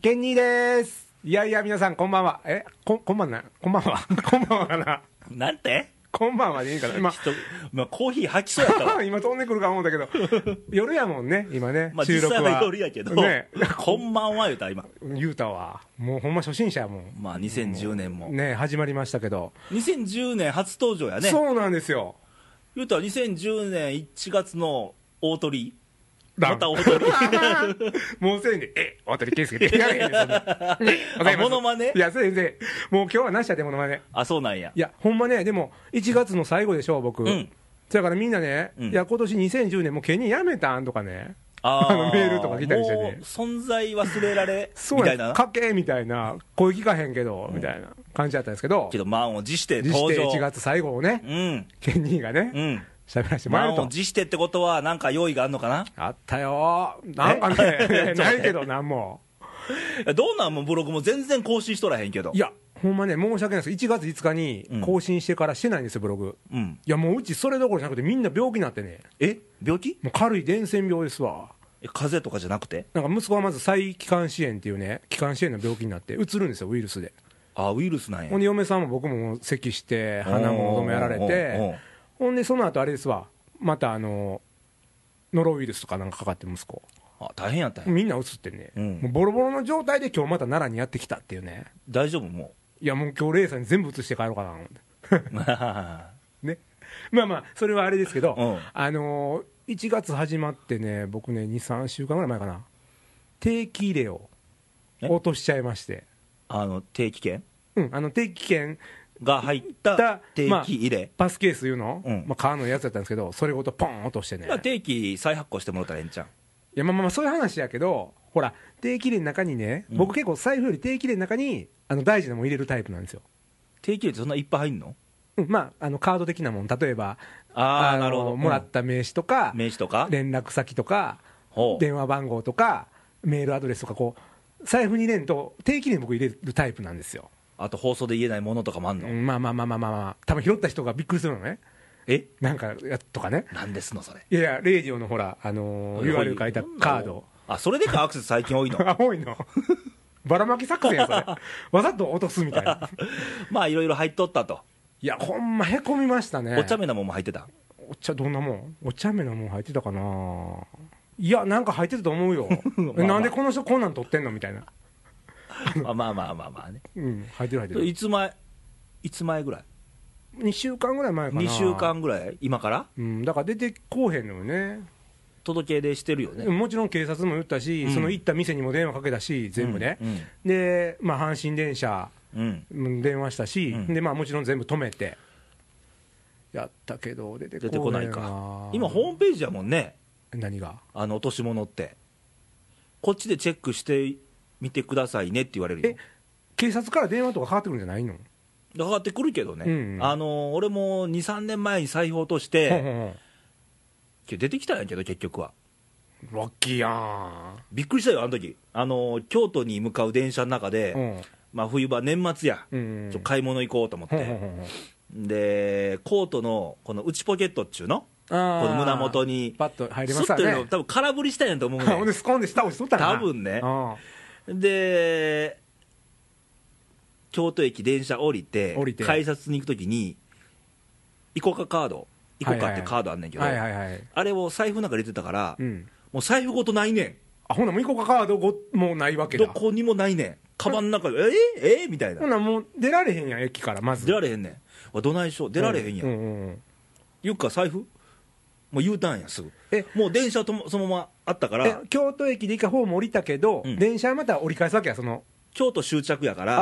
ケンニーです。いやいや皆さんこんばんは。こんばんはこんばんはかな。 なんてこんばんはでいいかな。今コーヒー吐きそうやったわ今飛んでくるか思うんだけど夜やもんね今ね、 まあ、 収録は実際は夜やけど、ね、こんばんは言うた今言うたわ。もうほんま初心者やもん。 まあ2010年もね始まりましたけど、 2010年初登場やね。 そうなんですよ。 言うたら2010年1月の大鳥また大鳥もうせいで大鳥圭介ってやれへんねそんなモノマネ。 いや先生もう今日はなしやでモノマネ。 あ、そうなんや。 いやほんまね、でも1月の最後でしょ僕、だからみんなね、いや今年2010年もうケニーやめたんとかね、メールとか来たりしてね、 もう存在忘れられみたいな、 かけみたいな、声聞かへんけど、みたいな感じだったんですけど、 満を持して登場、 1月最後をね、ケニーがね、喋らせてもらえると。 満を持してってことは、なんか用意があるのかな。 あったよ、なんかね、ないけど、なんも。 どうなんもブログも全然更新しとらへんけど。 いや、ほんまね、申し訳ないです、1月5日に更新してからしてないんですよ、ブログ。いや、もううちそれどころじゃなくて、みんな病気になってね。 病気？ もう軽い伝染病ですわ。 風邪とかじゃなくて？ なんか息子はまず細気管支炎っていうね、気管支炎の病気になって、うつるんですよ、ウイルスで。 あ、ウイルスなんや。 ほんで、嫁さんも僕も咳して、鼻も喉もやられて、ほんで、その後あれですわ、またノロウイルスとかなんかかかって、息子。 あ、大変やったんや。 みんなうつってね、もうボロボロの状態で今日また奈良にやってきたっていうね。 大丈夫？もういや、もう今日レイさんに全部うつして帰ろうかな思ってね。まあまあそれはあれですけど、1月始まってね、僕ね2、3週間ぐらい前かな、定期入れを落としちゃいまして。 定期券？ 定期券が入った定期入れ、 パスケースいうの、革のやつだったんですけど、それごとポン落としてね。 定期再発行してもらったらええんちゃう？ いや、まあそういう話やけど、ほら定期入れの中にね、僕結構財布より定期入れの中に大事なもん入れるタイプなんですよ。 定期入れってそんないっぱい入んの？ まあカード的なもん、例えばなるほど、 もらった名刺とか連絡先とか電話番号とかメールアドレスとか、こう財布に入れんと定期入れに僕入れるタイプなんですよ。 あと放送で言えないものとかもあんの？ まあ多分拾った人がびっくりするのね。なんかとかね。 なんですのそれ。 いやいや、レイジオのほらURL 書いたカード。 それでかアクセス最近多いの？ 多いの。ばらまき作戦やそれ。わざと落とすみたいな。 まあいろいろ入っとったと。 いやほんまへこみましたね。 お茶目なもんも入ってた？ どんなもん？お茶目なもん入ってたかな。いやなんか入ってたと思うよ。なんでこの人こんなん取ってんのみたいな。 まあね。 入ってる。 いつ前ぐらい ？2週間ぐらい前かな。 2週間ぐらい今から？ だから出てこうへんのよね。 届け出してるよね。 もちろん警察も言ったし、その行った店にも電話かけたし、全部ね。で阪神電車電話したし、でもちろん全部止めてやったけど出てこないか。 今ホームページやもんね。 何が？ 落とし物ってこっちでチェックしてみてくださいねって言われるよ。 警察から電話とかかかってくるんじゃないの？ かかってくるけどね、俺も2、3年前に財布落として出てきたんやけど、結局はラッキーやん。 びっくりしたよ、あの時京都に向かう電車の中で、冬場年末や、買い物行こうと思って、でコートのこの内ポケットっちゅうの、この胸元にパッと入りますからね。 多分空振りしたんやと思うね。 ほんでスコンで下押しとったらな、 多分ね。で京都駅電車降りて改札に行くときにイコカカード、イコカってカードあんねんけど、あれを財布の中入れてたから、もう財布ごとないねん。 ほんなもうイコカカードもうないわけだ。 どこにもないねん。カバンの中でみたいな。 ほんなもう出られへんやん、駅から。まず出られへんねん。どないしょ出られへんやん。ゆっか財布もう U ターンや、すぐ。もう電車とそのままあったから。 京都駅で一回ホーム降りたけど、電車はまた折り返すわけや。 京都終着やから、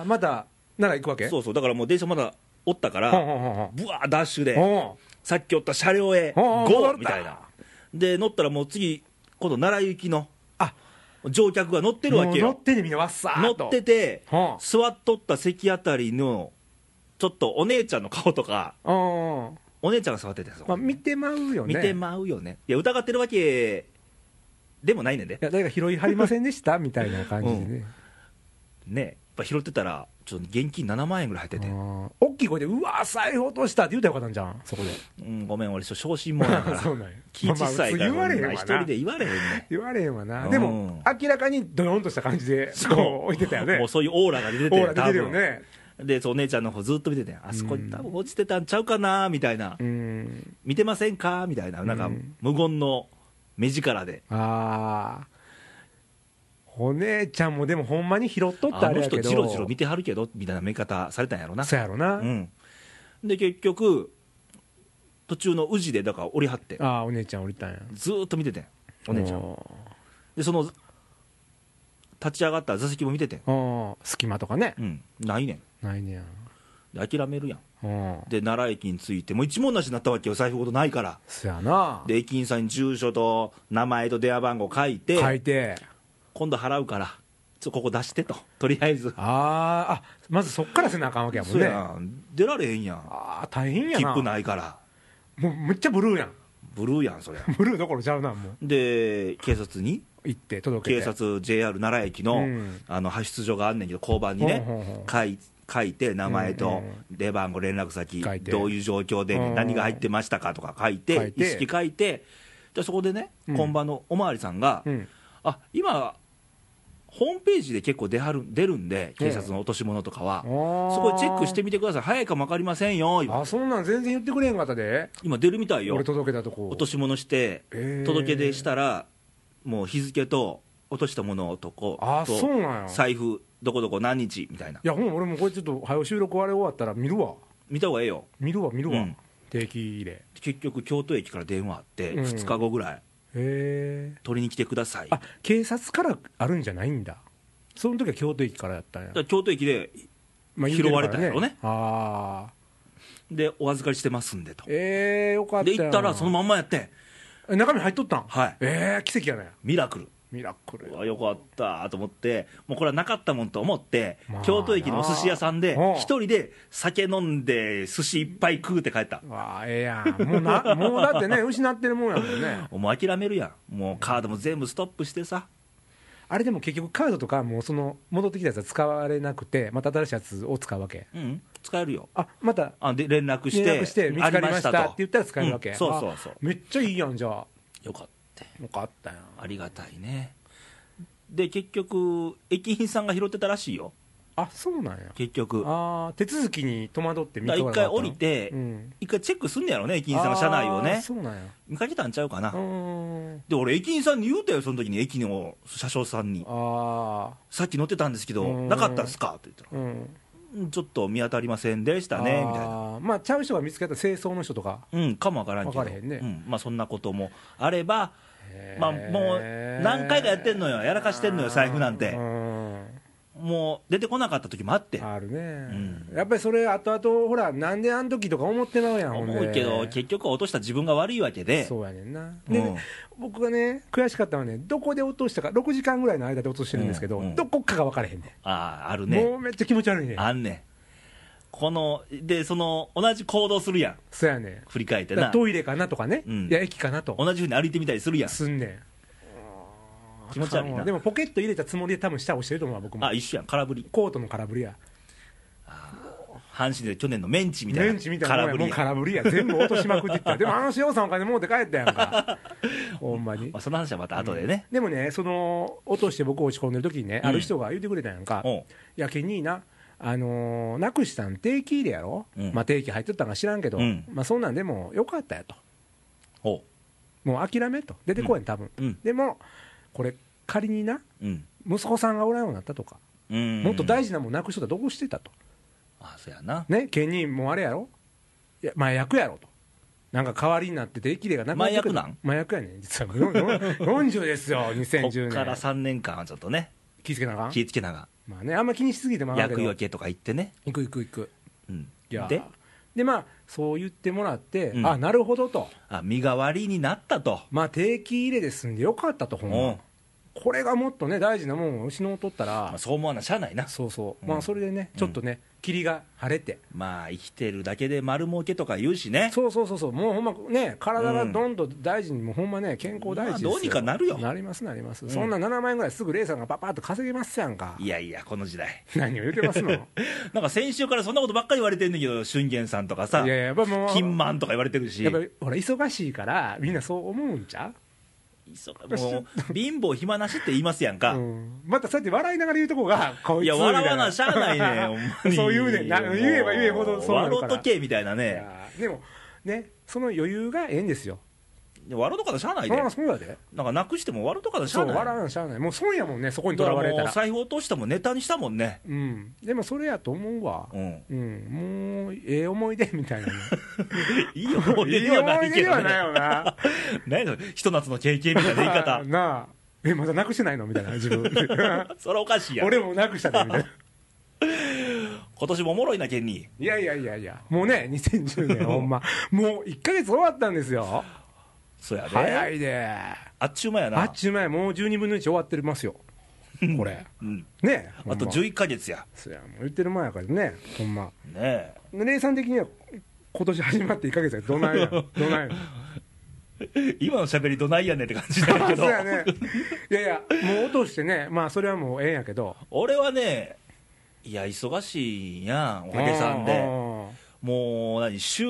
また奈良行くわけ？ そうだからもう電車まだおったから、ブワーダッシュでさっきおった車両へゴーみたいな。で乗ったらもう次今度奈良行きの乗客が乗ってるわけよ。 乗っててみんなわっさーっと乗ってて、座っとった席あたりのちょっとお姉ちゃんの顔とか、お姉ちゃんが座ってて、 見てまうよね。 見てまうよね。いや疑ってるわけでもないねんで。 いや誰か拾いはりませんでしたみたいな感じでね。 ね、やっぱ拾ってたらちょっと現金7万円ぐらい入ってて。 大きい声でうわ財布落としたって言うたらよかったんじゃんそこで、 ごめん俺小心者だからそうなんや気小さいから、 言われへんわな一人で言われへんね言われへんわな、でも明らかにドヨンとした感じでこう置いてたよね。 もうそういうオーラが出てて、 オーラ出てるよね。 でお姉ちゃんの方ずっと見てて、あそこに多分落ちてたんちゃうかなみたいな、見てませんかみたいな、なんか無言の目力で、 ああお姉ちゃんもでもほんまに拾っとったあれやけど、 あの人ジロジロ見てはるけどみたいな見方されたんやろな。 そうやろな、 で結局途中の宇治でだから降りはって、 ああお姉ちゃん降りたんや、 ずーっと見ててんお姉ちゃんで、その立ち上がった座席も見ててん、 隙間とかね、 ないねん、 ないねやで諦めるやん、で奈良駅に着いてもう一文なしになったわけよ、財布ごとないから。 そやな、 で駅員さんに住所と名前と電話番号書いて今度払うからここ出してとりあえず、 まずそっからせなあかんわけやもんね。 そうやん、出られへんやん、 大変やな、 切符ないから、 もうめっちゃブルーやん、 ブルーやんそれブルーどころちゃうな、もうで警察に行って届けて、 警察 JR 奈良駅の、派出所があんねんけど交番にね、書いて名前と出番号連絡先、どういう状況で何が入ってましたかとか書いて、意識書いて、でそこでね、今晩のおまわりさんが、今ホームページで結構出るんで、警察の落とし物とかは、そこでチェックしてみてください、早いかも分かりませんよ、 そんなん全然言ってくれへんかったで、 今出るみたいよ、 俺届けたとこ落とし物して、届け出したらもう日付と落としたものとそうなんや、 財布どこどこ何日みたいな。 いやほんま俺もこれちょっと早収録あれ終わったら見るわ、 見た方がええよ、 見るわ、定期入れ、 結局京都駅から電話あって、2日後ぐらい取りに来てください。 警察からあるんじゃないんだ、その時は京都駅からやったんや、 京都駅で拾われたんやろね、でお預かりしてますんでと、 よかったで行ったらそのまんまやって、 中身入っとったん、 はい、 奇跡やね、 ミラクルよかったと思って、もうこれはなかったもんと思って、京都駅のお寿司屋さんで一人で酒飲んで寿司いっぱい食うて帰った。 やんもうだってね失ってるもんやもんねもう諦めるやん、もうカードも全部ストップしてさ。 あれでも結局カードとかもうその戻ってきたやつは使われなくて、また新しいやつを使うわけ、 使えるよ、 またで連絡して見つかりましたって言ったら使えるわけ、 そうめっちゃいいやん、じゃあよかったよ、 ありがたいね。で結局駅員さんが拾ってたらしいよ。 そうなんや、 結局手続きに戸惑って見つからなかったの。一回降りて、一回チェックすんねやろね、駅員さんが車内をね。 そうなんや、 見かけたんちゃうかな。で俺駅員さんに言うたよ、その時に駅の車掌さんに、さっき乗ってたんですけどなかったですかって言ったら、ちょっと見当たりませんでしたねみたいな。 ちゃう人が見つけた清掃の人とかかもわからんけど、 分からへんね、 そんなこともあれば、もう何回かやってんのよ、やらかしてんのよ財布なんて、もう出てこなかった時もあって、 あるね、やっぱりそれ後々ほらなんであの時とか思ってまうやん、 思うけど結局落とした自分が悪いわけで。 そうやねんな。で、僕がね悔しかったのはね、どこで落としたか、6時間ぐらいの間で落としてるんですけど、どこかが分からへんねん。 あるね、 もうめっちゃ気持ち悪いねん。 あんねん、でその同じ行動するやん、 そうやねん、 振り返ってな、 トイレかなとかね、いや駅かなと同じふうに歩いてみたりするやん、 すんねん、 気持ち悪いな。 でもポケット入れたつもりで多分下押してると思うわ、僕も。 一緒やん、空振り、 コートの空振りや、 阪神で去年のメンチみたいな、 空振りや、空振りや、全部落としまくってったでも塩さんお金持って帰ったやんかほんまに、 その話はまた後でね、 でもね、その落として僕落ち込んでる時にね、ある人が言ってくれたやんか、いやケニーな、なくしたん定期入れやろ、定期入ってたんか知らんけど、そんなんでもよかったやと、もう諦めと、出てこいん多分、でもこれ仮にな、息子さんがおらんようになったとか、もっと大事なもんなくしとったらどこしてたと、 そうやな、 ね、ケニーもあれやろ、いや麻薬やろと、なんか代わりになって定期入れがなくなってくる、麻薬やねん実は40ですよ2010年、 こっから3年間はちょっとね気ぃつけながら、 気ぃつけながら、あんま気にしすぎても厄除けとか言ってね、 行く、 でそう言ってもらって、なるほどと、 身代わりになったと、 定期入れで済んでよかったと、ほんまこれがもっとね大事なもんを失うとったら、 まあ、そう思わなしゃあないな。 そうそう、まあそれでね、ちょっとね霧が晴れて、 まあ生きてるだけで丸儲けとか言うしね。 そうそうそうそう、もうほんまね体がどんどん大事に、もうほんまね健康大事ですよ。 まあどうにかなるよ。 なりますなります、そんな7万円ぐらいすぐレイさんがパパッと稼げますやんか。 いやいやこの時代何を言ってますのなんか先週からそんなことばっかり言われてんねんけど、俊元さんとかさ、 いやいややっぱもう金満とか言われてるし、 やっぱりほら忙しいからみんなそう思うんちゃう。 もう貧乏暇なしって言いますやんか、 またそうやって笑いながら言うとこがこいついや笑わなしゃあないねほんまにそう言うねんな、言えば言えほどそうなるから。 笑うとけみたいなね。 でもねその余裕がええんですよ。 笑うとかのしゃあないで。 そうやで。 なんかなくしても笑うとかのしゃあない。 そう笑わなしゃあない。もう損やもんね、そこにとらわれたら。 もう財布落としたもんネタにしたもんね。 でもそれやと思うわ。もうええ思い出みたいなねいい思い出ではないけどね。いい思い出ではないよな何やのひと夏の経験みたいな言い方なあ、まだなくしてないのみたいな自分それおかしいやん。 俺もなくしたでみたいな今年もおもろいなケンに。 いやいやいやいや、もうね2010年ほんまもう1ヶ月終わったんですよ。 そうやで。 早いで。 あっちゅう間やな。 あっちゅう間や。もう12分の1終わってますよこれね。 あと11ヶ月や。 そうや、もう言ってる前やからねほんまね。 レイさん的には今年始まって1ヶ月やどないやどないや今の喋りどないやねんって感じだけどそうやね。いやいやもう落としてね、まあそれはもうええんやけど、 俺はねいや忙しいやんおかげさんで。もう何週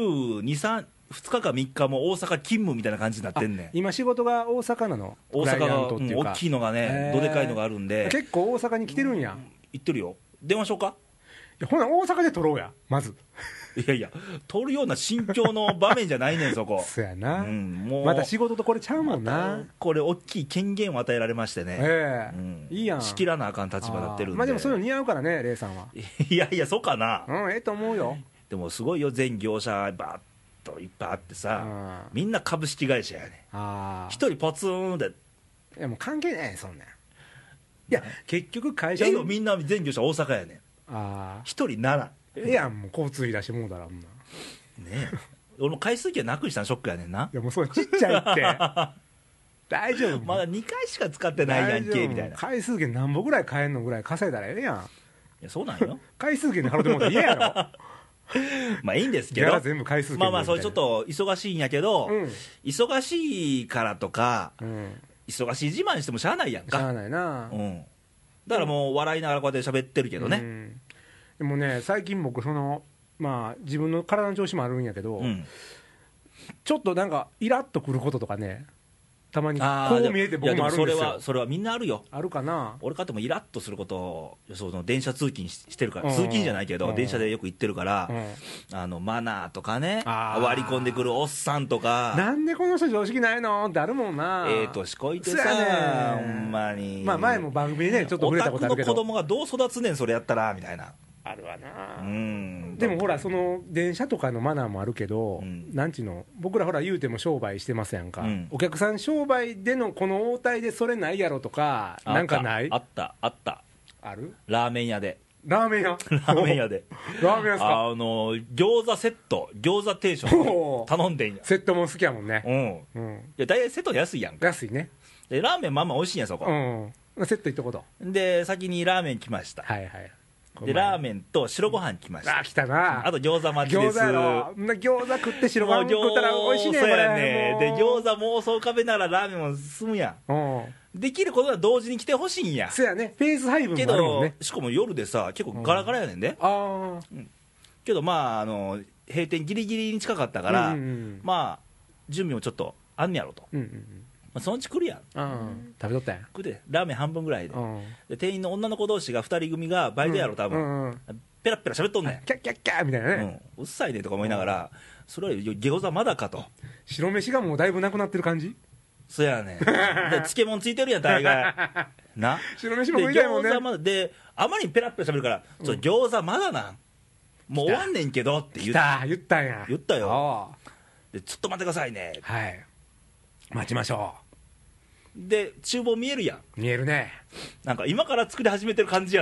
2、3、2日か3日も大阪勤務みたいな感じになってんねん。 今仕事が大阪なの。 大阪が大きいのがね、どでかいのがあるんで。 結構大阪に来てるんや。 行ってるよ。電話しようか。 いやほな大阪で撮ろうやまず。 いやいや撮るような心境の場面じゃないねんそこそうやな、 もうまた仕事とこれちゃうもんな、 これ大きい権限を与えられましてね、 いいやん、 仕切らなあかん立場になってるんで。 まあでもそういうの似合うからねレイさんは。 いやいやそうかな。 ええと思うよ。 でもすごいよ、全業者バーッといっぱいあってさ、みんな株式会社やね。一人ポツンで。 いやもう関係ないそんなん。いや結局会社のみんな全業者大阪やねん。一人7。 ええやんもう交通費出してもうたら。ねえ俺も回数券なくしたんショックやねんな。 いやもうそれちっちゃいって大丈夫、 まだ2回しか使ってないやんけみたいな。 回数券何本ぐらい買えんのぐらい稼いだらええやん。 いやそうなんよ回数券で払ってもうたら嫌やろまあいいんですけど、 全部回数券まあまあそれちょっと忙しいんやけど、忙しいからとか、忙しい自慢してもしゃあないやんか。 しゃあないな。 だからもう笑いながらこうやって喋ってるけどね。 でもね最近僕まあ自分の体の調子もあるんやけど、ちょっとなんかイラッとくることとかねたまにこう見えて僕もあるんですよ。 それはみんなあるよ。 あるかな。 俺かってもイラッとすることを電車通勤してるから、通勤じゃないけど電車でよく行ってるから、マナーとかね割り込んでくるおっさんとか、 なんでこの人常識ないのってあるもんな。 年こいてさほんまに。 まあ前も番組でねちょっと触れたことあるけど、 お宅の子供がどう育つねんそれやったらみたいな。 あるわな。でもほらその電車とかのマナーもあるけど、なんちゅうの僕らほら言うても商売してますやんか、お客さん商売でのこの応対でそれないやろとかなんかない？ あったある？ ラーメン屋でラーメン屋ラーメン屋でラーメン屋ですか？ 餃子セット餃子定食頼んでんや。 セットも好きやもんね。 いや大体セットで安いやんか。 安いね。 でラーメンまあまあ美味しいんやそこ。 セットいったこと。 で先にラーメン来ました。 はいはい。 でラーメンと白ご飯来ました。 来たな。 あと餃子待ちです。 餃子食って白ご飯食ったら美味しいね。 そうやね。で餃子妄想壁ながらラーメンも進むやん。できることは同時に来てほしいんや。 そうやね。ペース配分もあるもんね。 けどしかも夜でさ結構ガラガラやねんで。けどまあ閉店ギリギリに近かったからまあ準備もちょっとあんねやろと。そのうち来るやん。 食べとったやん。 食うでラーメン半分ぐらいで店員の女の子同士が2人組がバイトやろ多分ペラペラ喋っとんねん。 キャッキャッキャーみたいなね。 うっさいねとか思いながらそれは餃子まだかと。 白飯がもうだいぶなくなってる感じ。 そやねん。で漬物ついてるやん大概な。 白飯も食いたいもんね。 餃子まだであまりにペラペラ喋るから餃子まだなんもう終わんねんけどって言ったんや。 言ったよ。でちょっと待ってくださいね。 はい待ちましょう。 で厨房見えるやん。 見えるね。 なんか今から作り始めてる感じやね。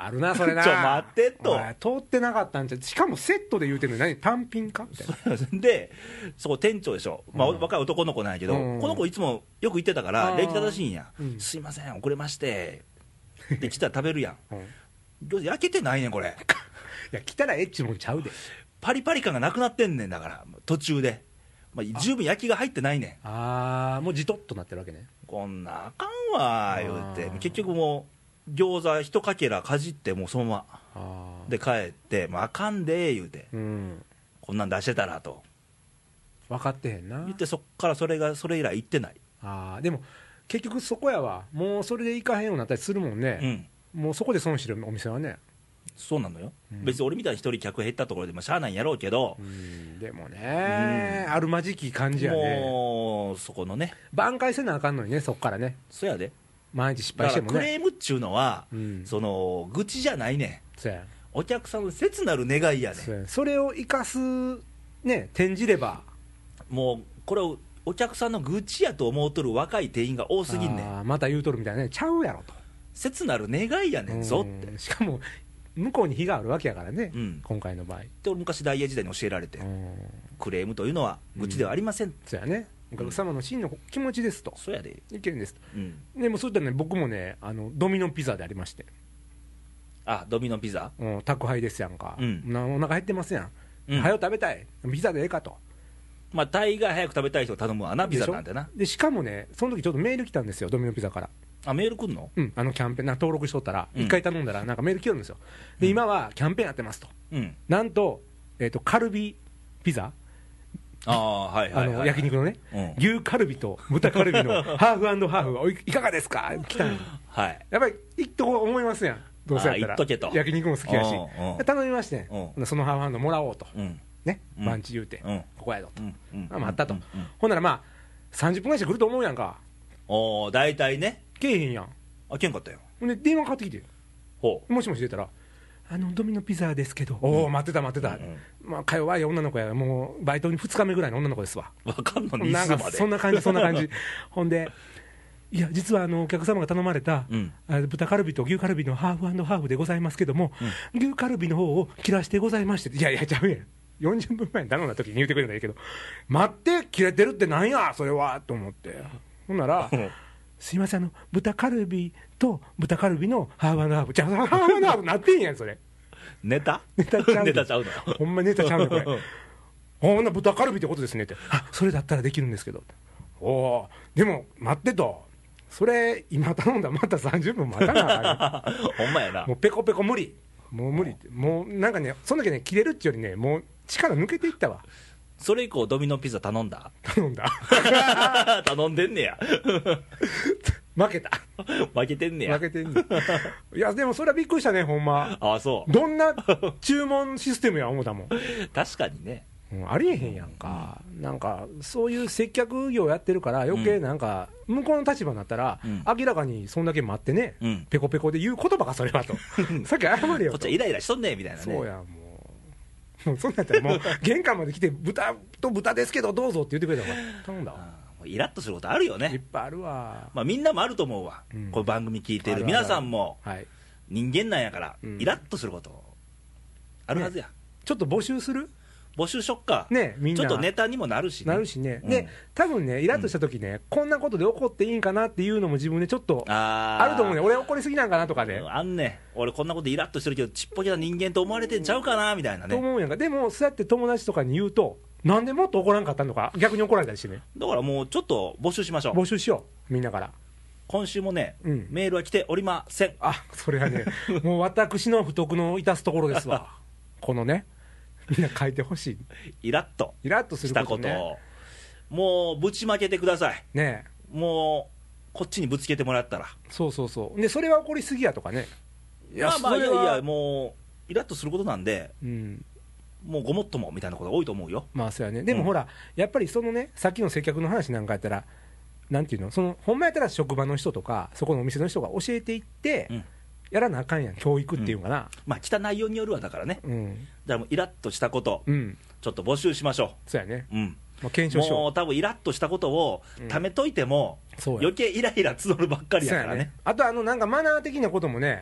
あるなそれな。 待ってと、 通ってなかったんじゃ。しかもセットで言うてるのに何単品かみたいな。 でそこ店長でしょ、まあ、若い男の子なんやけど、この子いつもよく言ってたから礼儀正しいんや、すいません遅れましてで来たら食べるやん、焼けてないねんこれ。 いや来たらエッチもんちゃうで。 パリパリ感がなくなってんねんだから途中で、まあ、十分焼きが入ってないねん。 ああもうじとっとなってるわけね。 こんなあかんわ言うて結局もう餃子一かけらかじってもうそのままで帰ってもうあかんで言うて、こんなん出してたらと分かってへんな言って、そっからそれ以来行ってない。 でも結局そこやわ、もうそれで行かへんようになったりするもんね、もうそこで損してるお店はね。 そうなのよ、別に俺みたいに一人客減ったところでもしゃあないんやろうけど、 でもね、あるまじき感じやね。 もうそこのね挽回せなあかんのにね、そっからね。 そやで毎日失敗してもね。 だからクレームっちゅうのは、その愚痴じゃないねん。 そうや、 お客さんの切なる願いやねん。 それを生かすね、転じればもうこれをお客さんの愚痴やと思うとる若い店員が多すぎんねん。 また言うとるみたいなね、ちゃうやろと。 切なる願いやねんぞって。 しかも向こうに非があるわけやからね、今回の場合で俺昔ダイヤ時代に教えられて、クレームというのは愚痴ではありません、 そうやね、お客様の真の気持ちですと、 そうやでいけるんですと、でもそういったね、僕もねドミノピザでありまして、 ドミノピザ、 宅配ですやんか、お腹減ってますやん、早う食べたい、ピザでええかと。 まあ大概早く食べたい人が頼むわな、ピザなんてな。 でしかもね、その時ちょっとメール来たんですよ、ドミノピザから。 メール来んの？ キャンペーン登録しとったら、1回頼んだらなんかメール来るんですよ。で今はキャンペーンやってますと、なんと、カルビピザ、焼肉のね、牛カルビと豚カルビのハーフ&ハーフいかがですか来たんやっぱり行っとこう思いますやん、どうせやったら焼肉も好きやし、頼みましてそのハーフ&もらおうとね、バンチ言うてここやぞと待ったと、ほんならまあ30分ぐらいして来ると思うやんか。 大体ね、 けえへんやん。 けんかったよ。 ほんで電話かかってきて、もしもし出たらドミノピザですけど、待ってた待ってた、まあか弱い女の子や、もうバイトに2日目ぐらいの女の子ですわ。 分かんのになんかそんな感じそんな感じほんで、いや実はお客様が頼まれた、豚カルビと牛カルビのハーフ&ハーフでございますけども、牛カルビの方を切らしてございまして、いやいやちゃうやん、40分前に頼んだ時に言うてくれるのはいいけど、待って切れてるってなんやそれはと思って、ほんならすいません豚カルビと豚カルビのハーフ&ハーフ、じゃあハーフ&ハーフなってんやんそれ。 ネタちゃうのほんまネタちゃうのこれほんな豚カルビってことですねって、それだったらできるんですけど、でも待ってと、それ今頼んだらまた30分待たなあかんほんまやな、 もうペコペコ無理、もう無理って、もうなんかね、その時ね切れるっちゅうよりね、もう力抜けていったわ。 それ以降ドミノピザ頼んだ頼んでんねや負けた負けてんねや。 いやでもそれはびっくりしたね、ほんま。 そう、 どんな注文システムや思ったもん確かにね、 ありえへんやんか、なんかそういう接客業やってるから余計なんか、向こうの立場になったら、明らかにそんだけ待ってね、ペコペコで言う言葉かそれはとさっき謝れよと、 こっちはイライラしとんねんみたいなね。 そうや、もうそんなんやったらもう玄関まで来て豚と豚ですけどどうぞって言ってくれたから頼んだわ。 イラッとすることあるよね、 いっぱいあるわ。 まあみんなもあると思うわ、この番組聞いてる皆さんも人間なんやから、イラッとすることあるはずや。 ちょっと募集する？ 募集しよっかね、みんなちょっとネタにもなるしね。で多分ね、イラッとした時ね、こんなことで怒っていいんかなっていうのも自分でちょっとあると思うね。俺怒りすぎなんかなとかね、 あんね、俺こんなことでイラッとしてるけどちっぽけな人間と思われてんちゃうかなみたいなね、 と思うやんか。でもそうやって友達とかに言うと、なんでもっと怒らんかったのか逆に怒られたりしてね。 だからもうちょっと募集しましょう。 募集しよう、みんなから。 今週もね、メールは来ておりません。 それはねもう私の不徳の致すところですわこのね、みんな書いてほしい、 イラッとするしたことをもうぶちまけてくださいね。 もうこっちにぶつけてもらったら、 そうで、それは怒りすぎやとかね、 いやもうイラッとすることなんで、もうごもっともみたいなことが多いと思うよ。 まあそうやね。でもほら、やっぱりそのね、さっきの接客の話なんかやったら、なんていうの、そのほんまやったら職場の人とかそこのお店の人が教えていって、やらなあかんやん、教育っていうかな、 まあ来た内容によるわだからね、だからもうイラッとしたこと、ちょっと募集しましょう。 そうやね、もう検証しよう。 もう多分イラッとしたことをためといても、余計イライラ募るばっかりやからね。 あとなんかマナー的なこともね、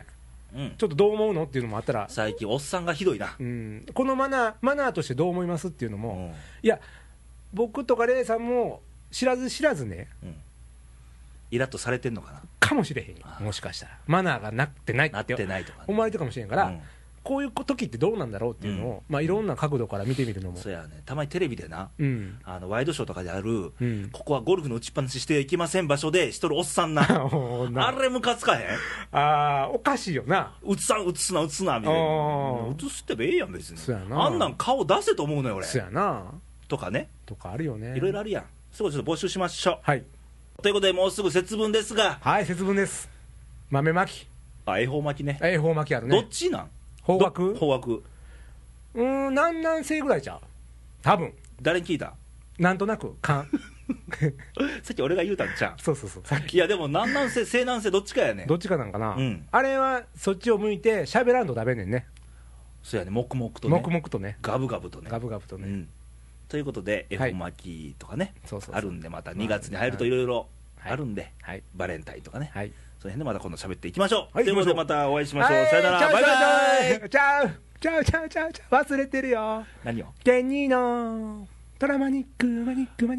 ちょっとどう思うのっていうのもあったら、 最近おっさんがひどいな、 このマナーとしてどう思いますっていうのも、いや僕とかレイさんも知らず知らずね、 イラッとされてんのかな、 かもしれへんよ、もしかしたらマナーがなってないって思われてるかもしれんから、こういう時ってどうなんだろうっていうのを、いろんな角度から見てみるのも。 そうやね、たまにテレビでな、ワイドショーとかである、ここはゴルフの打ちっぱなししてはいけません場所でしとるおっさんなあれムカつかへん？ おかしいよな。 打つなみたいな、打つってええやん別に。 そうやな、 あんなん顔出せと思うのよ俺。 そうやなとかね、 とかあるよね、 いろいろあるやん。そこちょっと募集しましょう。 はい、 ということでもうすぐ節分ですが。 はい、節分です。豆まき、 恵方巻きね。 恵方巻きあるね。 どっちなん？ 方角？ 方角。 南南西ぐらいちゃう多分。 誰に聞いた？ なんとなくさっき俺が言うたんちゃう？ そうさっき。 いやでも南南西西南西どっちかやねん。 どっちかなんかな、あれはそっちを向いてしゃべらんと食べんねんね。 そうやね、黙々とね、 黙々とね、 ガブガブとね、ということで恵方巻きとかね、あるんで、また2月に入るといろいろあるんで、バレンタインとかね、その辺でまた今度喋っていきましょう。ということでまたお会いしましょう。さよなら、バイバイ。 ちゃう忘れてるよ。 何を？ ケニーのトラマニックマニック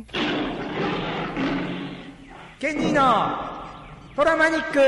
ケニーのトラマニック。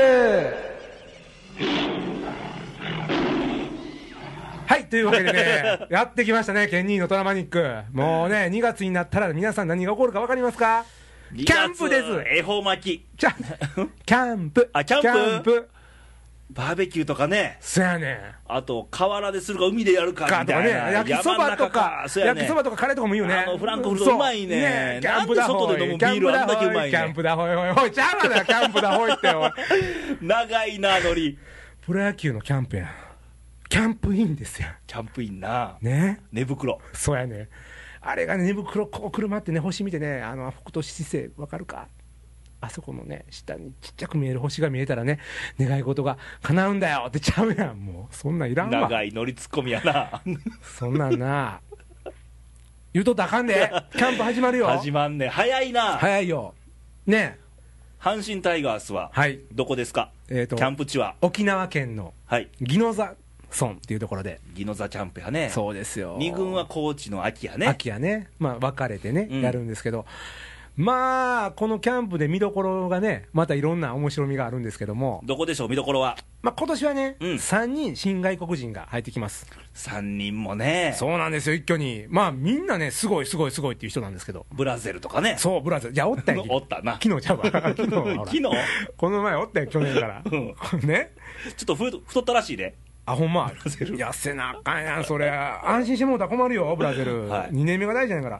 はい、というわけでねやってきましたね、ケニーのトラマニック。もうね、2月になったら皆さん何が起こるか分かりますか？キャンプです。 恵方巻き。 キャンプ。 バーベキューとかね。 そうやね。 あと河原でするか海でやるかみたいな、ね、 焼きそばとか、焼きそばとかカレーとかもいいよね。 フランクフルトうまいね。なんで外で飲むビールあんだけうまいね。 キャンプだほいおいちゃうわな、キャンプだほいっておい長いなノリ。 プロ野球のキャンプや、キャンプインですよ。 キャンプインなね、 寝袋。 そうやね、あれがね、寝袋こう車ってね、星見てね、北斗七星分かるか、あそこのね下にちっちゃく見える星が見えたらね、願い事が叶うんだよってちゃうやん。もうそんなんいらんわ。 長いノリツッコミやなそんなんな言うとったらあかんで。キャンプ始まるよ。 始まんね。早いな。 早いよね。 阪神タイガースはどこですか？キャンプ地は沖縄県の宜野座村っていうところで。 宜野座キャンプやね。 そうですよ。 2軍は高知の秋やね。 秋やね、分かれてね、やるんですけど、このキャンプで見どころがね、またいろんな面白みがあるんですけども。 どこでしょう、見どころは。 今年はね、3人新外国人が入ってきます。 3人もね。 そうなんですよ、一挙に。みんなね、すごいっていう人なんですけど。 ブラゼルとかね。 そう、ブラゼル。じゃあおったんや。 おったな。 昨日ちゃうわ。昨日この前おったよ、去年から。ね。 ちょっと太ったらしいで。 ほんま。痩せなあかんやん、それ。安心してもうたら困るよ、ブラゼル。2年目が大事じゃないから。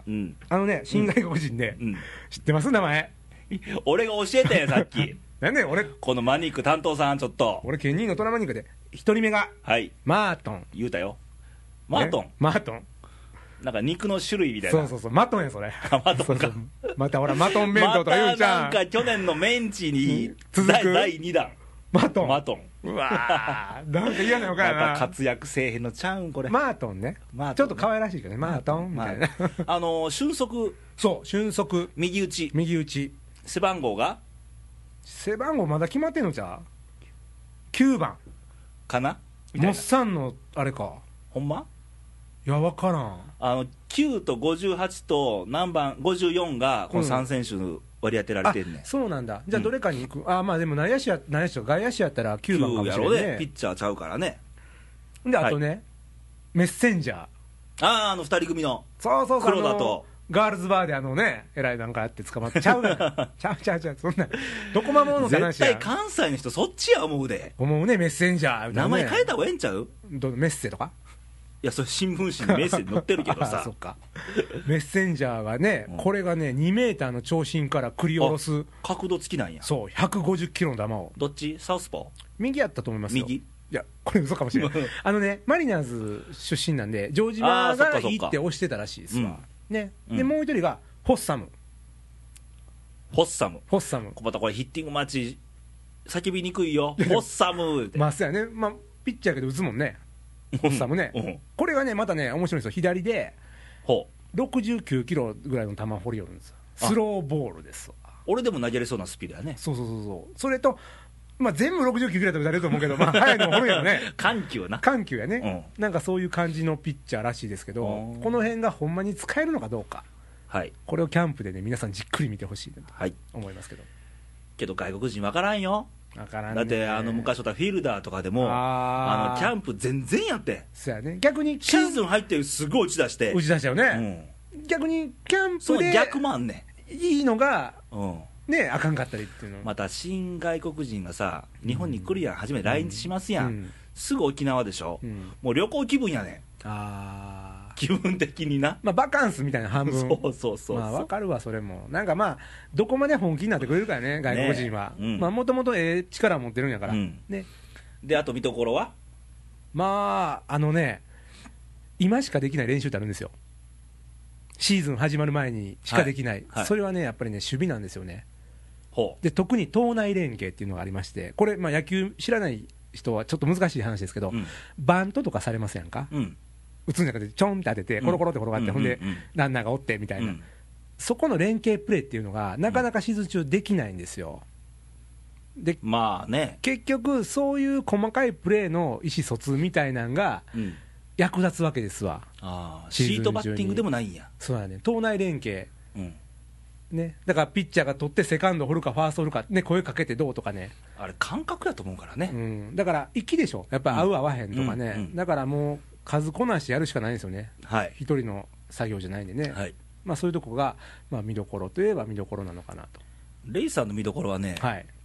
新外国人で。知ってます？名前。 俺が教えたよ、さっき。 なんで俺。 このマニック担当さん、ちょっと。 俺、ケニーのトラマニックで。1人目が。マートン。 言うたよ。マートン。なんか肉の種類みたいな。 そう、マトンや、それ。 マトンか。 またほら、マトン弁当とか言うんちゃう。 なんか去年のメンチに続く第2弾。 マトン。 うわー、なんか嫌なのかな。 やっぱ活躍せえへんのちゃうんこれ。 マートンね。ちょっと可愛らしいけどね、マートンみたいな。 俊足。 そう、俊足。 右打ち。背番号まだ決まってんのじゃ9番かな。 モッサンのあれか。 ほんま？ いや、分からん。 9と58と何番54がこの3選手の割り当てられてんねん。 そうなんだ。じゃあどれかに行く。でも内野手と外野手やったら9番かもしれないね。 ピッチャーちゃうからね。 で、あとね、メッセンジャー。 2人組の。 そう黒田とガールズバーでね、えらいなんかやって捕まってちゃうがちゃう、そんなどこ守るのかな。 絶対関西の人そっちや思うね、メッセンジャー名前変えた方がええんちゃう？ メッセとか。 いや、それ新聞紙にメッセージ載ってるけどさそっか。メッセンジャーがね、これがね、2メーターの長身から繰り下ろす。 角度付きなんや。 そう、150キロの球を。 どっち？サウスポー？ 右やったと思いますよ。 右？ いや、これ嘘かもしれないマリナーズ出身なんで、城島がいいって押してたらしいですわ。ね。で、もう一人がホッサム。 またこれヒッティングマッチ叫びにくいよ。ホッサムって。 そうやね。ピッチャーやけど打つもんね。ホッサムね。これがね、またね、面白いんですよ。左で69キロぐらいの球放り寄るんですよ。スローボールですわ。 俺でも投げれそうなスピードやね。 そう。それとまあ、全部69キロだと打たれると思うけど、まあ、早いのも掘るやろね。 緩急やな。 緩急やね、なんかそういう感じのピッチャーらしいですけど、この辺がほんまに使えるのかどうか、はい、これをキャンプでね、皆さんじっくり見てほしいと思いますけど、 けど外国人分からんよ。 分からんね。 だって昔のフィルダーとかでもキャンプ全然やって。 そうやね。逆にシーズン入ってすごい打ち出したよね、逆にキャンプで逆もあんねん、いいのが、ね、あかんかったりっていうの。 また新外国人がさ、日本に来るやん、初めて来日しますやん、すぐ沖縄でしょ、もう旅行気分やねん。気分的にな、 まあ、バカンスみたいな半分。 そうまあ、分かるわ、それも。なんかまあ、どこまで本気になってくれるかね、外国人は。もともと力持ってるんやから、ね。 で、あと見どころは、 まあ、今しかできない練習ってあるんですよ。シーズン始まる前にしかできない、それはね、やっぱりね、守備なんですよね。で、特に投内連携っていうのがありまして、これ、まあ、野球知らない人はちょっと難しい話ですけど、バントとかされますやんか。打つんじゃなくてちょんって当ててコロコロって転がって、ほんでランナーがおってみたいな、そこの連携プレーっていうのがなかなかシーズン中できないんですよ。で、まあね、結局そういう細かいプレーの意思疎通みたいなんが役立つわけですわ。 シートバッティングでもないんや。 そうだね、投内連携、ね、だからピッチャーが取ってセカンド掘るかファースト掘るか、ね、声かけてどうとかね、 あれ感覚だと思うからね、 だから粋でしょ、やっぱり合う合わへんとかね、だからもう数こなしやるしかないんですよね、一人の作業じゃないんでね、まあ、そういうとこが、まあ、見どころといえば見どころなのかなと。 レイさんの見どころはね、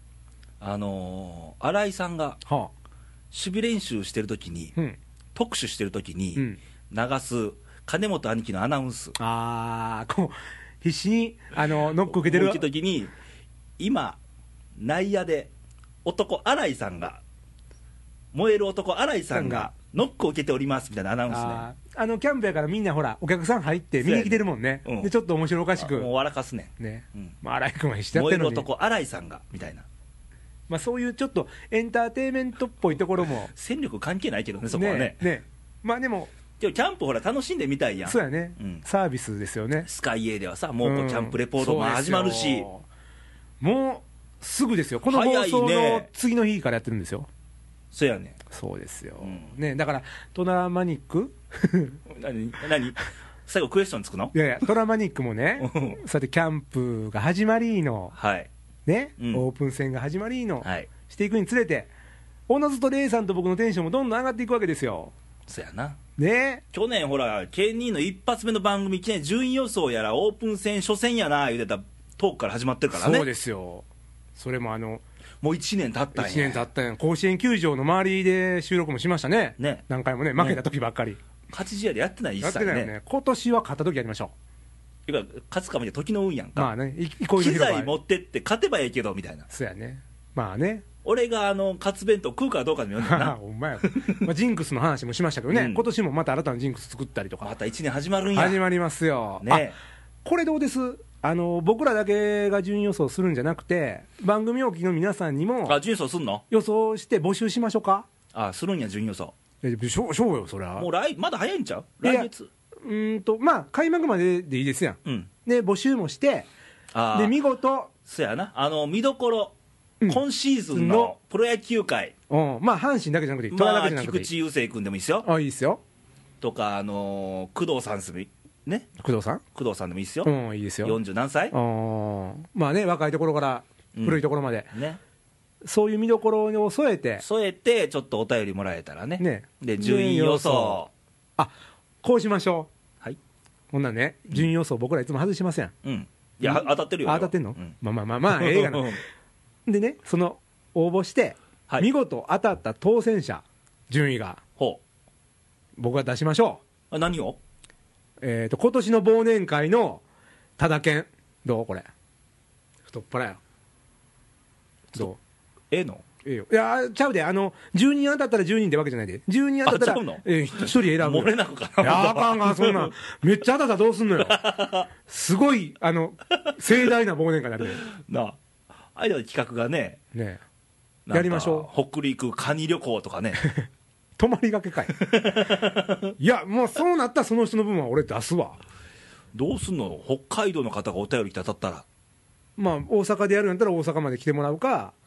新井さんが守備練習してるときに、特集してるときに流す金本兄貴のアナウンス、 こう必死にノック受けてるときに、今内野で男新井さんが、燃える男新井さんがノックを受けておりますみたいなアナウンスね。 キャンプやからみんなほらお客さん入って見に来てるもんね、でちょっと面白おかしくもう笑かすねんね、まあ、新井君は必死やってるのに、 燃える男新井さんがみたいな、 まあ、そういうちょっとエンターテインメントっぽいところも戦力関係ないけどね、そこはね。 まあでもキャンプほら楽しんでみたいやん。 そうやね、サービスですよね。 スカイエーではさ、もうキャンプレポートも始まるし、 もうすぐですよ、この放送の次の日からやってるんですよ。 そうやね。 そうですよ、ね、だからトラマニック何最後クエスチョンつくの？ いやいや、トラマニックもねそうやってキャンプが始まりの、ね、オープン戦が始まりの、していくにつれて、おのずとレイさんと僕のテンションもどんどん上がっていくわけですよ。 そうやな。 ね、 去年ほら、ケニーの一発目の番組、いきなり順位予想やらオープン戦初戦やな言うてたトークから始まってるからね。 そうですよ。それももう1年経ったんや。 1年経ったんや。甲子園球場の周りで収録もしましたね。何回もね、負けた時ばっかり。 勝ち試合でやってない、一切ね。やってないよね。 今年は勝った時やりましょう。勝つかもで時の運やんか。 まあね、 機材持ってって勝てばええけどみたいな。 そうやね。まあね。 俺がカツ弁当食うかどうかでもよんねんな。 ほんまや。まあジンクスの話もしましたけどね、今年もまた新たなジンクス作ったりとか。 また1年始まるんや。 始まりますよ。ね。これどうです？僕らだけが順位予想するんじゃなくて、番組をお聞きの皆さんにも順位予想すんの？ 予想して募集しましょうか。 するんや、順位予想。 しょうよ、そりゃ。 もうまだ早いんちゃう？来月。 まあ開幕まででいいですやん。で募集もして、で見事、 そうやな、見どころ、今シーズンのプロ野球界、 まあ阪神だけじゃなくて、虎だけじゃなくて、 菊池雄星君でもいいですよ。 いいですよ。 とか工藤さんすみ。ね、 工藤さんでもいいですよ。 いいですよ。 40何歳？ まあね、若いところから古いところまで、そういう見どころを添えてちょっとお便りもらえたらね。で順位予想、 こうしましょう。 はい。 ほんならね、順位予想僕らいつも外しません。 いや当たってるよ。 当たってんの？まあええがな。でね、その応募して見事当たった当選者順位が僕が出しましょう。何を？ 今年の忘年会のただ券、どうこれ、太っ腹や。どう？ ええの？ ええよ。いやちゃうで、10人当たったら10人ってわけじゃないで、10人当たったら1人選ぶ。 漏れなくかな。 いやあかんがそんなんめっちゃ当たったらどうすんのよ。すごい盛大な忘年会になるなあ。間の企画がねやりましょう。北陸カニ旅行とかね。 泊まりがけかい。いやもうそうなったらその人の分は俺出すわ。 どうすんの？北海道の方がお便り来て当たったら。 まあ大阪でやるんやったら大阪まで来てもらうか、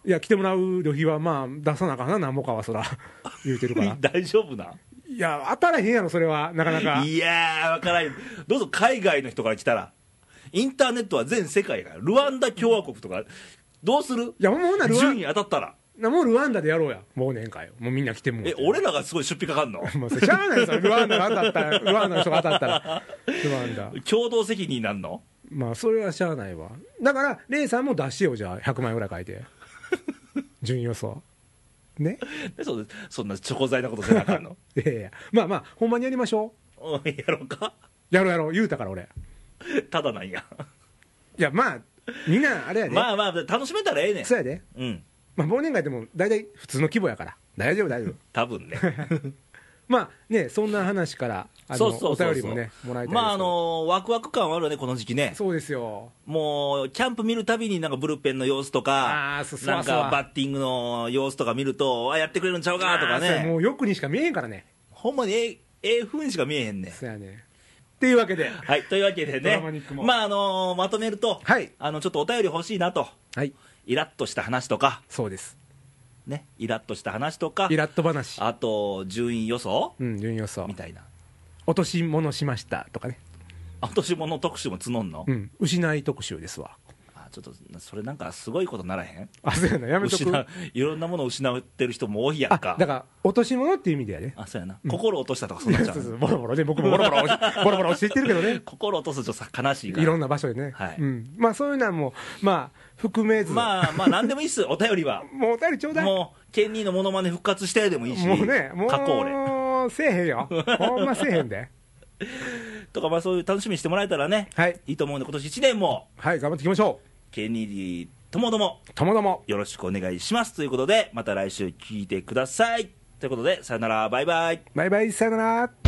いや来てもらう旅費はまあ出さなあかんな、なんぼかはそら言うてるから大丈夫な。 いや当たらへんやろそれはなかなか。 いやー分からん。どうぞ海外の人から来たら、インターネットは全世界がルワンダ共和国とかどうする。いやもうな順位当たったらもうルワンダでやろうや、忘年会もうみんな来ても。 俺らがすごい出費かかんのもうしゃあないそれ、ルワンダが当たったらルワンダの人が当たったらルワンダ共同責任になんの。 まあそれはしゃあないわ。だからレイさんも出してよ、じゃあ100万円ぐらい書いて順位予想ね。 そんなチョコ材なことせなあかんのいやいや、まあまあほんまにやりましょうやろうか。 やろう言うたから俺。 ただなんや。 いやまあみんなあれやで、 まあまあ楽しめたらええねん。 そうやで、まあ忘年会でも大体普通の規模やから大丈夫多分ねまあね、そんな話からお便りもねもらいたいです。 まあワクワク感あるよねこの時期ね。 そうですよ。 もうキャンプ見るたびになんかブルペンの様子とか、なんかバッティングの様子とか見ると、やってくれるんちゃうかとかね。 もう欲にしか見えへんからね。 ほんまにええ風にしか見えへんね。 そうやね。っていうわけで、 はい、というわけでね、まあまとめると、ちょっとお便り欲しいなと、イラッとした話とか、 そうですね、イラッとした話とか、 イラッと話、 あと順位予想、 順位予想みたいな、 落とし物しましたとかね、 落とし物特集も募んの、 失い特集ですわ。 ちょっとそれなんかすごいことならへん。 そうやな、やめとく。 いろんなものを失ってる人も多いやんか。 だから落とし物っていう意味でやね。 そうやな、心落としたとかそんなちゃう。 ボロボロね、僕もボロボロ落ちていってるけどね。 心落とすと悲しいから、 いろんな場所でね。まあそういうのはもうまあ含めず、 まあ何でもいいっす。お便りはもうお便りちょうだい。 もうケンニーのモノマネ復活してでもいいし、 もうね、もう過去俺せえへんよ、ほんませえへんでとか、まあそういう楽しみにしてもらえたらね、いいと思うんで、今年1年も頑張っていきましょう。 ケンニーともどもよろしくお願いしますということで、また来週聞いてくださいということで、さよなら、バイバイ、 さよなら。